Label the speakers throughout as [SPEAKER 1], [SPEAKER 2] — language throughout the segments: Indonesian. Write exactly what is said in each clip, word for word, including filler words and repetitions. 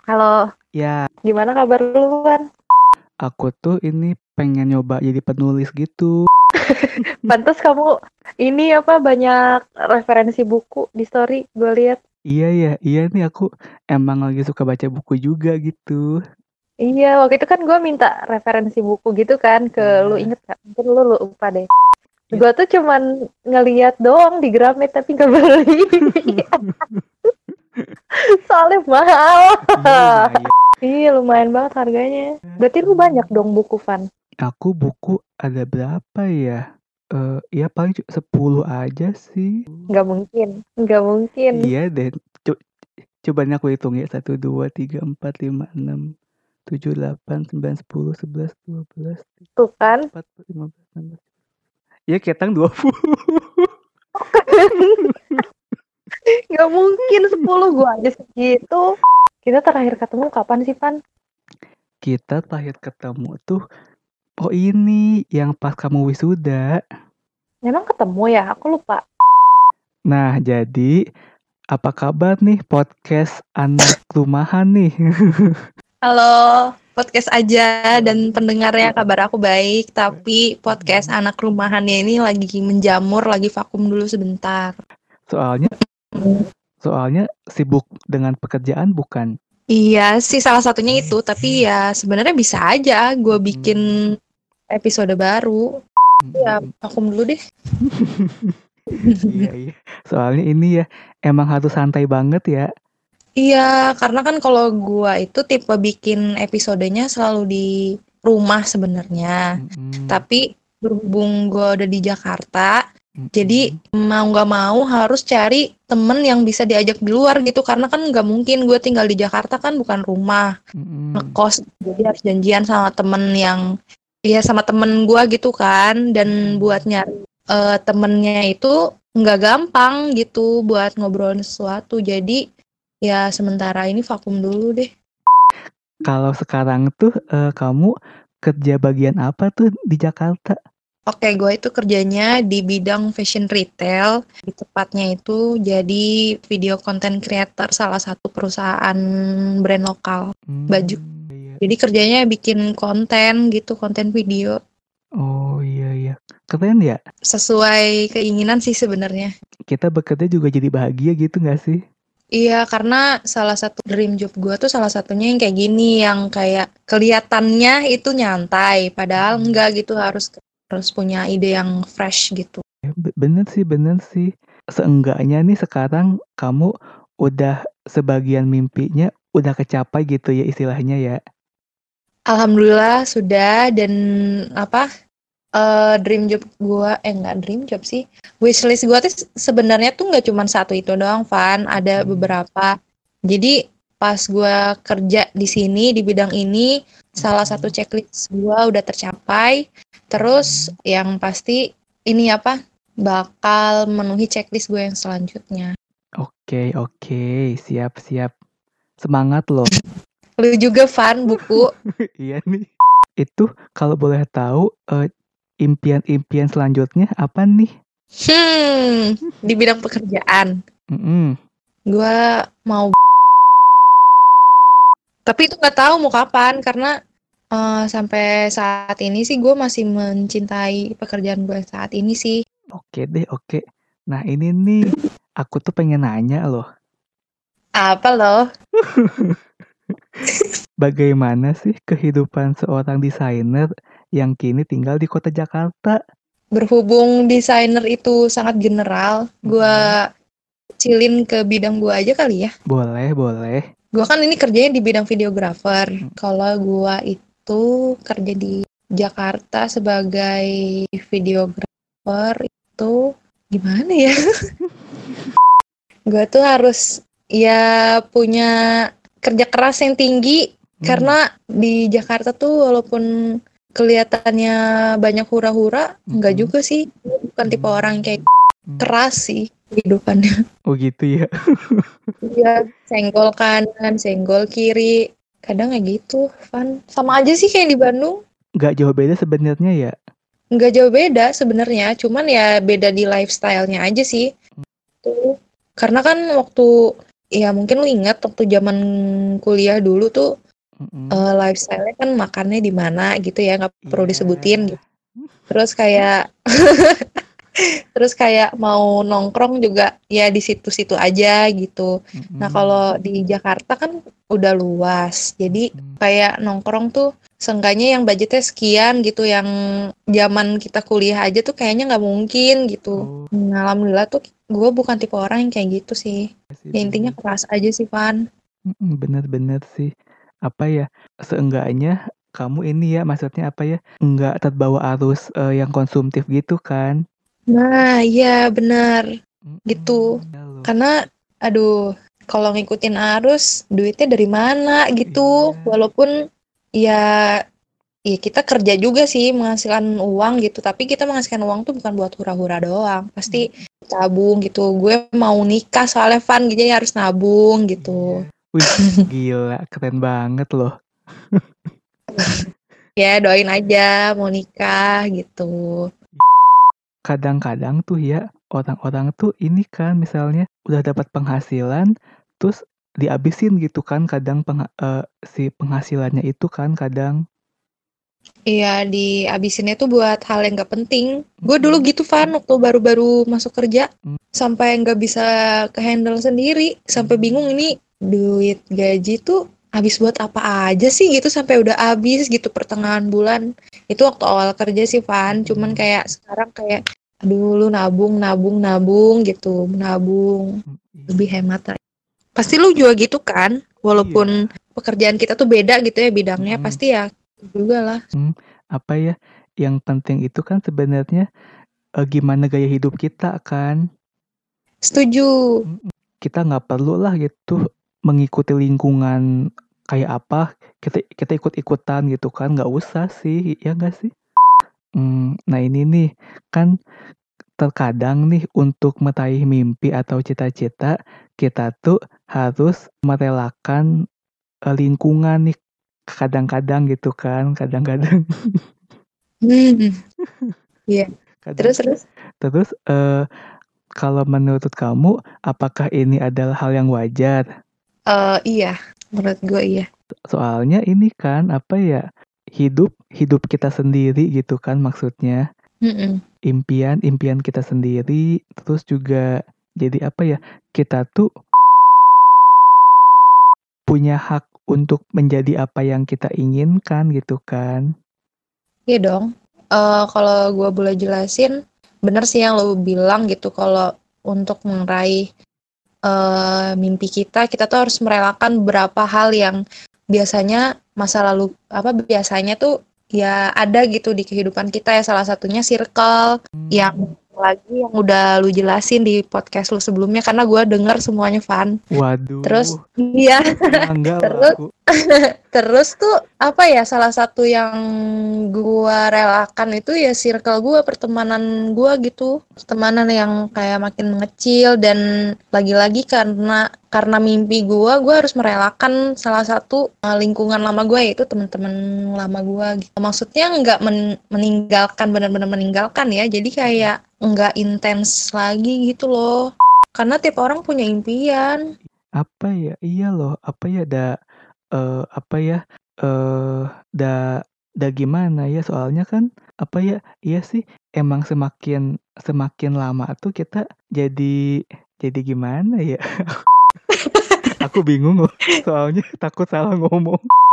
[SPEAKER 1] Halo,
[SPEAKER 2] Ya,
[SPEAKER 1] gimana kabar lu, Wan?
[SPEAKER 2] aku tuh ini pengen nyoba jadi penulis gitu.
[SPEAKER 1] Pantes kamu ini apa banyak referensi buku di story gue lihat.
[SPEAKER 2] Iya ya, iya nih aku emang lagi suka baca buku juga gitu.
[SPEAKER 1] Iya, waktu itu kan gue minta referensi buku gitu kan ke lu,
[SPEAKER 2] Iya,
[SPEAKER 1] inget kan? Mungkin lu lupa deh.
[SPEAKER 2] iya.
[SPEAKER 1] Gue tuh cuman ngeliat doang di Gramet tapi gak beli. Soalnya mahal.
[SPEAKER 2] Iya lumayan.
[SPEAKER 1] Iya, lumayan banget harganya. Berarti lu banyak dong buku, Van.
[SPEAKER 2] Aku buku ada berapa ya? Eh, ya paling cu- sepuluh aja sih.
[SPEAKER 1] Nggak mungkin, nggak mungkin.
[SPEAKER 2] Iya deh. Co- coba nih aku hitung ya. Satu, dua, tiga, empat, lima, enam, tujuh, delapan, sembilan, sepuluh, sebelas, dua belas,
[SPEAKER 1] Tuh kan.
[SPEAKER 2] empat, lima belas, enam belas. Ya ketang dua puluh.
[SPEAKER 1] Nggak mungkin sepuluh, gue aja segitu. Kita terakhir ketemu kapan sih, Van?
[SPEAKER 2] Kita terakhir ketemu tuh, oh ini yang pas kamu wisuda.
[SPEAKER 1] Memang ketemu ya? Aku lupa.
[SPEAKER 2] Nah, jadi apa kabar nih podcast anak rumahan nih?
[SPEAKER 3] Halo, podcast aja dan pendengarnya kabar aku baik, tapi podcast anak rumahannya ini lagi menjamur, lagi vakum dulu sebentar.
[SPEAKER 2] Soalnya, soalnya sibuk dengan pekerjaan bukan?
[SPEAKER 3] Iya sih salah satunya itu, tapi ya sebenarnya bisa aja gue bikin episode baru. Ya vakum dulu deh.
[SPEAKER 2] Iya, iya. Soalnya ini ya emang harus santai banget ya.
[SPEAKER 3] Iya, karena kan kalau gue itu tipe bikin episodenya selalu di rumah sebenarnya.
[SPEAKER 2] Mm-mm,
[SPEAKER 3] Tapi berhubung gue udah di Jakarta,
[SPEAKER 2] mm-mm,
[SPEAKER 3] jadi mau nggak mau harus cari temen yang bisa diajak di luar gitu. Karena kan nggak mungkin gue tinggal di Jakarta kan bukan rumah,
[SPEAKER 2] mm-mm.
[SPEAKER 3] ngekos. Jadi harus janjian sama temen yang, ya sama temen gue gitu kan. Dan buat nyari eh, temennya itu nggak gampang gitu buat ngobrolin sesuatu. Jadi ya sementara ini vakum dulu deh.
[SPEAKER 2] Kalau sekarang tuh eh, kamu kerja bagian apa tuh di Jakarta?
[SPEAKER 3] Oke, gue itu kerjanya di bidang fashion retail. Di tepatnya itu jadi video content creator salah satu perusahaan brand lokal baju.
[SPEAKER 2] Hmm, iya.
[SPEAKER 3] Jadi kerjanya bikin konten gitu, konten video.
[SPEAKER 2] Oh iya iya. Keren ya.
[SPEAKER 3] Sesuai keinginan sih sebenarnya.
[SPEAKER 2] Kita bekerja juga jadi bahagia gitu nggak sih?
[SPEAKER 3] Iya, karena salah satu dream job gue tuh salah satunya yang kayak gini, yang kayak kelihatannya itu nyantai, padahal enggak gitu, harus harus punya ide yang fresh gitu.
[SPEAKER 2] Ya, be- bener sih, bener sih. Seenggaknya nih sekarang kamu udah sebagian mimpinya udah kecapai gitu ya istilahnya ya.
[SPEAKER 3] Alhamdulillah sudah, dan apa eh, dream job gue eh enggak dream job sih, wishlist gue tuh sebenarnya tuh nggak cuma satu itu doang, Van, ada
[SPEAKER 2] Hmm.
[SPEAKER 3] beberapa. Jadi pas gue kerja di sini di bidang ini, salah satu checklist gue udah tercapai. Terus yang pasti ini apa bakal memenuhi checklist gue yang selanjutnya.
[SPEAKER 2] Oke, oke, siap, siap. Semangat loh.
[SPEAKER 3] Lu juga, Van, buku.
[SPEAKER 2] Iya nih. Itu kalau boleh tahu eh, impian-impian selanjutnya apa nih?
[SPEAKER 3] Hmm, di bidang pekerjaan
[SPEAKER 2] Mm-mm.
[SPEAKER 3] gue mau, tapi itu nggak tahu mau kapan, karena eh, sampai saat ini sih gue masih mencintai pekerjaan gue saat ini sih.
[SPEAKER 2] Oke deh, oke. Nah ini nih, aku tuh pengen nanya loh.
[SPEAKER 3] Apa loh?
[SPEAKER 2] Bagaimana sih kehidupan seorang desainer yang kini tinggal di kota Jakarta?
[SPEAKER 3] Berhubung desainer itu sangat general, gue cilin ke bidang gue aja kali ya.
[SPEAKER 2] Boleh, boleh.
[SPEAKER 3] Gue kan ini kerjanya di bidang videographer.
[SPEAKER 2] Mm.
[SPEAKER 3] Kalau gue itu kerja di Jakarta sebagai videographer itu gimana ya? Gue tuh harus ya punya kerja keras yang tinggi,
[SPEAKER 2] Hmm.
[SPEAKER 3] karena di Jakarta tuh walaupun kelihatannya banyak hura-hura, enggak
[SPEAKER 2] Mm-mm.
[SPEAKER 3] juga sih. Gue bukan tipe orang yang kayak
[SPEAKER 2] Hmm.
[SPEAKER 3] keras sih kehidupannya.
[SPEAKER 2] Oh gitu ya.
[SPEAKER 3] Iya, senggol kanan, senggol kiri. Kadang kayak gitu, Van. Sama aja sih kayak di Bandung.
[SPEAKER 2] Nggak jauh beda sebenarnya ya.
[SPEAKER 3] Nggak jauh beda sebenarnya, cuman ya beda di lifestyle-nya aja sih. Tuh. Karena kan waktu ya mungkin lu ingat waktu zaman kuliah dulu tuh
[SPEAKER 2] Mm-mm.
[SPEAKER 3] eh, lifestyle-nya kan makannya di mana gitu ya, nggak perlu
[SPEAKER 2] Iya.
[SPEAKER 3] disebutin gitu. Terus kayak terus kayak mau nongkrong juga ya di situ-situ aja gitu. Nah,
[SPEAKER 2] Mm-mm.
[SPEAKER 3] kalau di Jakarta kan udah luas. Jadi
[SPEAKER 2] Mm-mm.
[SPEAKER 3] kayak nongkrong tuh seenggaknya yang budgetnya sekian gitu, yang zaman kita kuliah aja tuh kayaknya nggak mungkin gitu.
[SPEAKER 2] Oh,
[SPEAKER 3] Nah, alhamdulillah tuh gue bukan tipe orang yang kayak gitu sih.
[SPEAKER 2] iya sih
[SPEAKER 3] Ya intinya
[SPEAKER 2] bener.
[SPEAKER 3] keras aja sih, Van.
[SPEAKER 2] Mm-mm, bener-bener sih. Apa ya? Seenggaknya kamu ini ya, maksudnya apa ya? Nggak terbawa arus eh, yang konsumtif gitu kan?
[SPEAKER 3] Nah, iya benar gitu.
[SPEAKER 2] Mm-mm, iya loh.
[SPEAKER 3] Karena aduh, kalau ngikutin arus duitnya dari mana gitu.
[SPEAKER 2] Iya.
[SPEAKER 3] Walaupun ya ya kita kerja juga sih menghasilkan uang gitu, tapi kita menghasilkan uang tuh bukan buat hura-hura doang. Pasti tabung gitu. Gue mau nikah soalnya Van, jadi harus nabung gitu.
[SPEAKER 2] Iya. Wih, gila, keren banget loh.
[SPEAKER 3] Ya doain aja mau nikah gitu.
[SPEAKER 2] Kadang-kadang tuh ya, orang-orang tuh ini kan misalnya udah dapat penghasilan, terus dihabisin gitu kan kadang pengha- eh, si penghasilannya itu kan kadang.
[SPEAKER 3] Iya, dihabisinnya tuh buat hal yang gak penting. Gue dulu
[SPEAKER 2] Mm-mm.
[SPEAKER 3] gitu, Van, waktu baru-baru masuk kerja.
[SPEAKER 2] Mm.
[SPEAKER 3] Sampai nggak bisa ke-handle sendiri. Sampai bingung ini duit gaji tuh habis buat apa aja sih gitu. Sampai udah habis gitu pertengahan bulan. Itu waktu awal kerja sih, Van. Cuman
[SPEAKER 2] Mm-mm.
[SPEAKER 3] kayak sekarang kayak, aduh lu nabung, nabung, nabung gitu. Nabung.
[SPEAKER 2] Mm,
[SPEAKER 3] Lebih
[SPEAKER 2] iya.
[SPEAKER 3] hemat lah. Pasti lu juga gitu kan? Walaupun
[SPEAKER 2] Iya.
[SPEAKER 3] pekerjaan kita tuh beda gitu ya bidangnya.
[SPEAKER 2] Mm-mm.
[SPEAKER 3] Pasti ya juga lah.
[SPEAKER 2] Hmm, apa ya? Yang penting itu kan sebenarnya eh, gimana gaya hidup kita kan.
[SPEAKER 3] Setuju.
[SPEAKER 2] Mm-mm. Kita nggak perlu lah gitu mengikuti lingkungan kayak apa. Kita kita ikut-ikutan gitu kan. Nggak usah sih, ya nggak sih? Hmm, nah ini nih kan terkadang nih untuk meraih mimpi atau cita-cita kita tuh harus merelakan eh, lingkungan nih kadang-kadang gitu kan, kadang-kadang
[SPEAKER 3] Hmm, iya.
[SPEAKER 2] kadang
[SPEAKER 3] Terus terus.
[SPEAKER 2] terus eh, kalau menurut kamu apakah ini adalah hal yang wajar?
[SPEAKER 3] Eh iya, menurut gue iya.
[SPEAKER 2] Soalnya ini kan apa ya hidup hidup kita sendiri gitu kan maksudnya
[SPEAKER 3] Mm-mm.
[SPEAKER 2] impian impian kita sendiri terus juga jadi apa ya kita tuh punya hak untuk menjadi apa yang kita inginkan gitu kan.
[SPEAKER 3] Iya dong. Eh kalau gue boleh jelasin, bener sih yang lo bilang gitu. Kalau untuk meraih eh, mimpi kita, kita tuh harus merelakan beberapa hal yang biasanya masa lalu apa biasanya tuh ya ada gitu di kehidupan kita ya. Salah satunya circle yang lagi yang udah lu jelasin di podcast lu sebelumnya karena gue denger semuanya Van. Terus
[SPEAKER 2] Waduh,
[SPEAKER 3] iya.
[SPEAKER 2] bangga loh
[SPEAKER 3] Terus
[SPEAKER 2] aku.
[SPEAKER 3] Terus tuh apa ya salah satu yang gua relakan itu ya circle gua, pertemanan gua gitu. Pertemanan yang kayak makin mengecil dan lagi-lagi karena karena mimpi gua, gua harus merelakan salah satu uh, lingkungan lama gua yaitu teman-teman lama gua gitu. Maksudnya nggak men- meninggalkan benar-benar meninggalkan ya. Jadi kayak nggak intens lagi gitu loh. Karena tiap orang punya impian.
[SPEAKER 2] Apa ya? Iya loh, apa ya da eh, apa ya? Eh da da gimana ya? Soalnya kan apa ya? Iya sih, emang semakin semakin lama tuh kita jadi jadi gimana ya? Aku bingung loh, soalnya takut salah ngomong.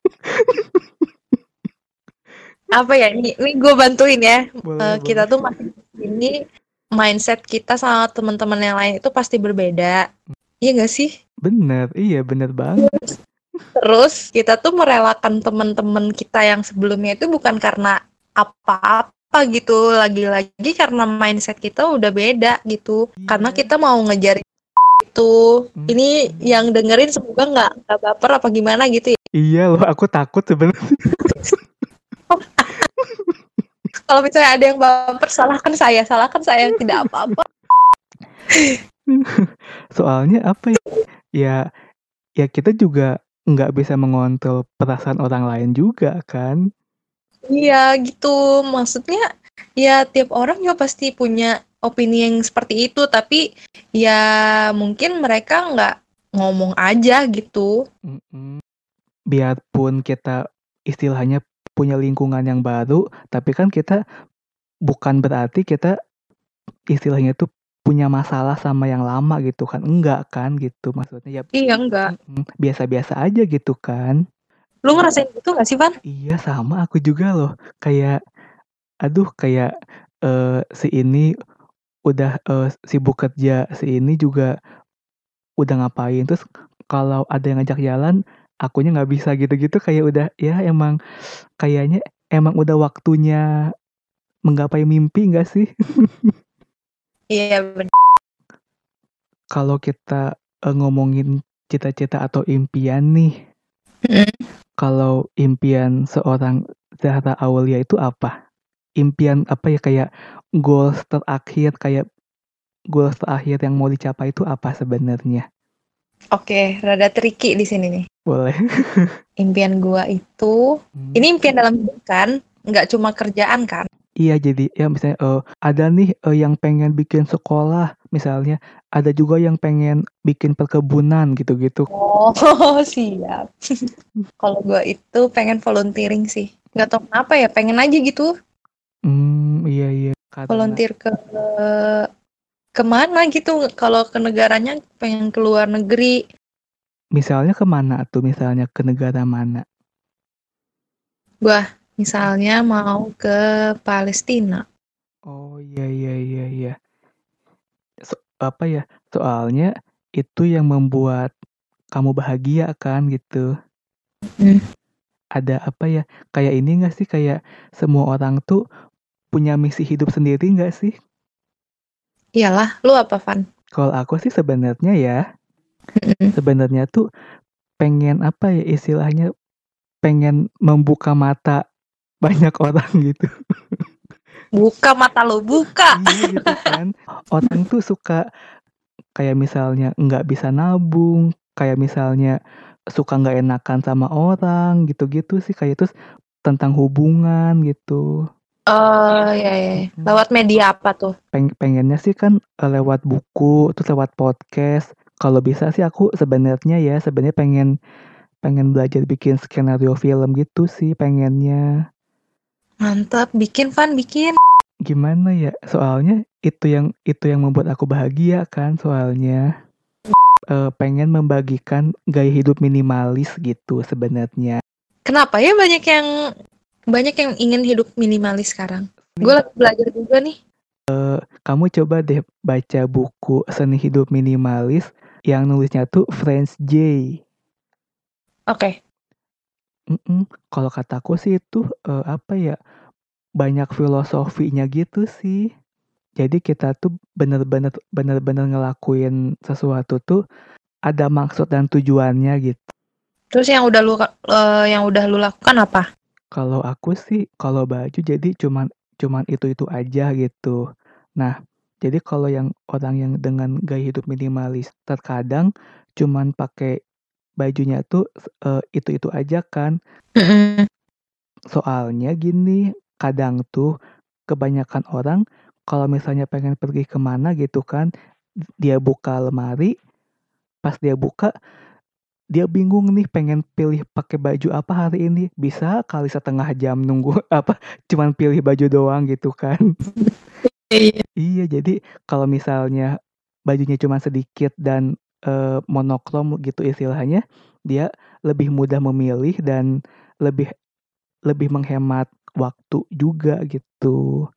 [SPEAKER 3] Apa ya ini, ini gue bantuin ya.
[SPEAKER 2] Boleh,
[SPEAKER 3] Eh, kita
[SPEAKER 2] boleh.
[SPEAKER 3] tuh masih ini mindset kita sama teman-teman yang lain itu pasti berbeda. Iya gak sih?
[SPEAKER 2] Bener, iya bener banget.
[SPEAKER 3] Terus kita tuh merelakan teman-teman kita yang sebelumnya itu bukan karena apa-apa gitu, lagi-lagi karena mindset kita udah beda gitu. Karena
[SPEAKER 2] Iya.
[SPEAKER 3] kita mau ngejar itu.
[SPEAKER 2] Hmm.
[SPEAKER 3] Ini yang dengerin semoga nggak nggak baper apa gimana gitu ya.
[SPEAKER 2] Iya loh, aku takut sebenarnya.
[SPEAKER 3] Kalau misalnya ada yang baper, salahkan saya, salahkan saya tidak apa-apa.
[SPEAKER 2] Soalnya apa ya? Ya, ya kita juga nggak bisa mengontrol perasaan orang lain juga kan?
[SPEAKER 3] Iya gitu, maksudnya ya tiap orang juga pasti punya opini yang seperti itu, tapi ya mungkin mereka nggak ngomong aja gitu.
[SPEAKER 2] Mm-mm. Biarpun kita istilahnya punya lingkungan yang baru, tapi kan kita bukan berarti kita istilahnya tuh punya masalah sama yang lama gitu kan. Enggak kan gitu maksudnya ya.
[SPEAKER 3] Iya enggak.
[SPEAKER 2] mm-mm, biasa-biasa aja gitu kan.
[SPEAKER 3] Lu ngerasain gitu gak sih, Van?
[SPEAKER 2] Iya sama aku juga loh. Kayak aduh kayak eh, si ini udah eh, sibuk kerja, si ini juga udah ngapain. Terus kalau ada yang ngajak jalan, akunya nggak bisa gitu-gitu kayak udah ya emang kayaknya emang udah waktunya menggapai mimpi nggak sih?
[SPEAKER 3] Iya bener.
[SPEAKER 2] Kalau kita eh, ngomongin cita-cita atau impian nih,
[SPEAKER 3] Mm.
[SPEAKER 2] kalau impian seorang Zahra Aulia itu apa? Impian apa ya kayak goals terakhir kayak goals terakhir yang mau dicapai itu apa sebenarnya?
[SPEAKER 3] Oke, rada tricky di sini nih.
[SPEAKER 2] Boleh.
[SPEAKER 3] Impian gua itu,
[SPEAKER 2] Hmm.
[SPEAKER 3] ini impian dalam hidup kan, nggak cuma kerjaan kan.
[SPEAKER 2] Iya jadi ya misalnya eh, ada nih eh, yang pengen bikin sekolah misalnya, ada juga yang pengen bikin perkebunan gitu-gitu.
[SPEAKER 3] Oh, siap. Kalau gua itu pengen volunteering sih. Nggak tahu kenapa ya, pengen aja gitu.
[SPEAKER 2] Hmm, iya iya. Karena
[SPEAKER 3] Volunteer ke kemana gitu. Kalau ke negaranya pengen ke luar negeri.
[SPEAKER 2] misalnya kemana tuh? Misalnya ke negara mana?
[SPEAKER 3] Gua misalnya mau ke Palestina.
[SPEAKER 2] Oh iya iya iya iya. So- apa ya? Soalnya itu yang membuat kamu bahagia kan gitu.
[SPEAKER 3] Hmm.
[SPEAKER 2] Ada apa ya? Kayak ini nggak sih kayak semua orang tuh punya misi hidup sendiri nggak sih?
[SPEAKER 3] Iyalah, lu apa, Van?
[SPEAKER 2] Kalau aku sih sebenarnya ya,
[SPEAKER 3] Mm-mm.
[SPEAKER 2] sebenarnya tuh pengen apa ya istilahnya pengen membuka mata banyak orang gitu.
[SPEAKER 3] Buka mata lo, buka.
[SPEAKER 2] Iya gitu kan. Orang tuh suka kayak misalnya nggak bisa nabung, kayak misalnya suka nggak enakan sama orang gitu-gitu sih kayak terus tentang hubungan gitu.
[SPEAKER 3] Oh iya, iya.
[SPEAKER 2] Mm-mm.
[SPEAKER 3] Lewat media apa tuh?
[SPEAKER 2] Peng- pengennya sih kan eh, lewat buku, terus lewat podcast. Kalau bisa sih aku sebenarnya ya sebenarnya pengen pengen belajar bikin skenario film gitu sih pengennya.
[SPEAKER 3] Mantap, bikin Van, bikin.
[SPEAKER 2] Gimana ya? Soalnya itu yang itu yang membuat aku bahagia kan soalnya. Eh, pengen membagikan gaya hidup minimalis gitu sebenarnya.
[SPEAKER 3] Kenapa ya banyak yang banyak yang ingin hidup minimalis sekarang? Gue lagi belajar juga nih.
[SPEAKER 2] Kamu coba deh baca buku Seni Hidup Minimalis yang nulisnya tuh Franz J.
[SPEAKER 3] Oke.
[SPEAKER 2] Mm-mm. Kalau kataku sih itu eh, apa ya banyak filosofinya gitu sih. Jadi kita tuh bener-bener bener-bener ngelakuin sesuatu tuh ada maksud dan tujuannya gitu.
[SPEAKER 3] Terus yang udah lu eh, yang udah lu lakukan apa?
[SPEAKER 2] Kalau aku sih kalau baju jadi cuman cuman itu-itu aja gitu. Nah, jadi kalau yang orang yang dengan gaya hidup minimalis terkadang cuman pakai bajunya tuh eh, itu-itu aja kan.
[SPEAKER 3] Mm-mm.
[SPEAKER 2] Soalnya gini, kadang tuh kebanyakan orang kalau misalnya pengen pergi kemana gitu kan, dia buka lemari, pas dia buka dia bingung nih pengen pilih pakai baju apa hari ini. Bisa kali setengah jam nunggu apa cuman pilih baju doang gitu kan.
[SPEAKER 3] Iya.
[SPEAKER 2] Iya, jadi kalau misalnya bajunya cuma sedikit dan eh, monokrom gitu istilahnya, dia lebih mudah memilih dan lebih lebih menghemat waktu juga gitu.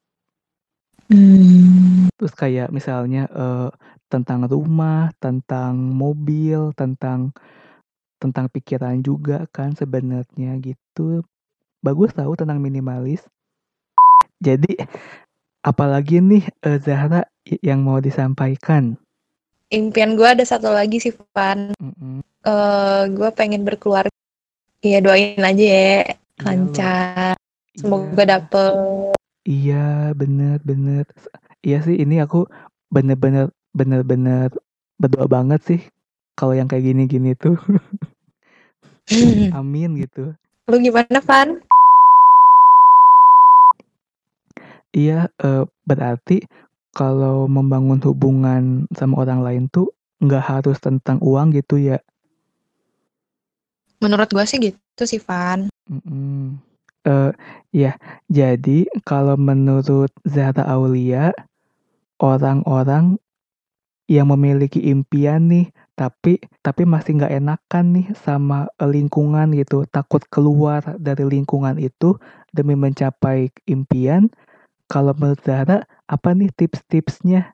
[SPEAKER 3] Hmm.
[SPEAKER 2] Terus kayak misalnya eh, tentang rumah, tentang mobil, tentang tentang pikiran juga kan sebenarnya gitu. Bagus tahu tentang minimalis. Jadi apalagi nih eh, Zahra y- yang mau disampaikan?
[SPEAKER 3] Impian gue ada satu lagi sih, Van.
[SPEAKER 2] Mm-mm.
[SPEAKER 3] Eh, gue pengen berkeluarga. Iya, doain aja ya,
[SPEAKER 2] Iya loh.
[SPEAKER 3] lancar. Semoga
[SPEAKER 2] Iya.
[SPEAKER 3] dapet.
[SPEAKER 2] Iya, bener bener. Iya sih ini aku bener-bener bener-bener berdoa banget sih kalau yang kayak gini-gini tuh. Amin gitu.
[SPEAKER 3] Lu gimana, Van?
[SPEAKER 2] Iya, eh, berarti kalau membangun hubungan sama orang lain tuh nggak harus tentang uang gitu ya.
[SPEAKER 3] Menurut gue sih gitu sih, Van.
[SPEAKER 2] Mm-mm. Eh, ya, jadi kalau menurut Zahra Aulia, orang-orang yang memiliki impian nih, tapi tapi masih nggak enakan nih sama eh, lingkungan gitu, takut keluar dari lingkungan itu demi mencapai impian. Kalau menurut Zahra, apa nih tips-tipsnya?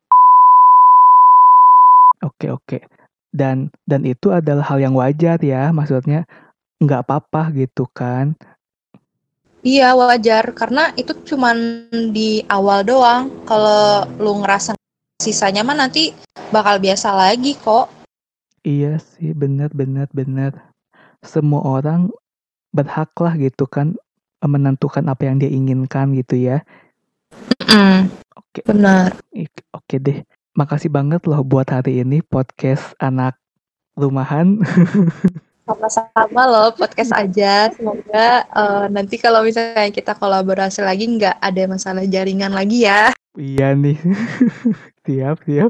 [SPEAKER 2] Oke, oke. Dan dan itu adalah hal yang wajar ya, maksudnya nggak apa-apa gitu kan.
[SPEAKER 3] Iya wajar, karena itu cuman di awal doang. Kalau lu ngerasa sisanya mah nanti bakal biasa lagi kok.
[SPEAKER 2] Iya sih, bener, bener, bener. Semua orang berhak lah gitu kan eh, menentukan apa yang dia inginkan gitu ya.
[SPEAKER 3] Mm,
[SPEAKER 2] Oke,
[SPEAKER 3] benar.
[SPEAKER 2] ik- oke deh. Makasih banget loh buat hari ini podcast anak rumahan.
[SPEAKER 3] Sama-sama loh podcast aja. Semoga eh, nanti kalau misalnya kita kolaborasi lagi nggak ada masalah jaringan lagi ya.
[SPEAKER 2] Iya nih. Siap, siap.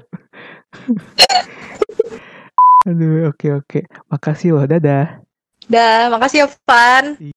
[SPEAKER 2] Aduh, oke, oke. Makasih loh, dadah.
[SPEAKER 3] Dah, makasih ya Van.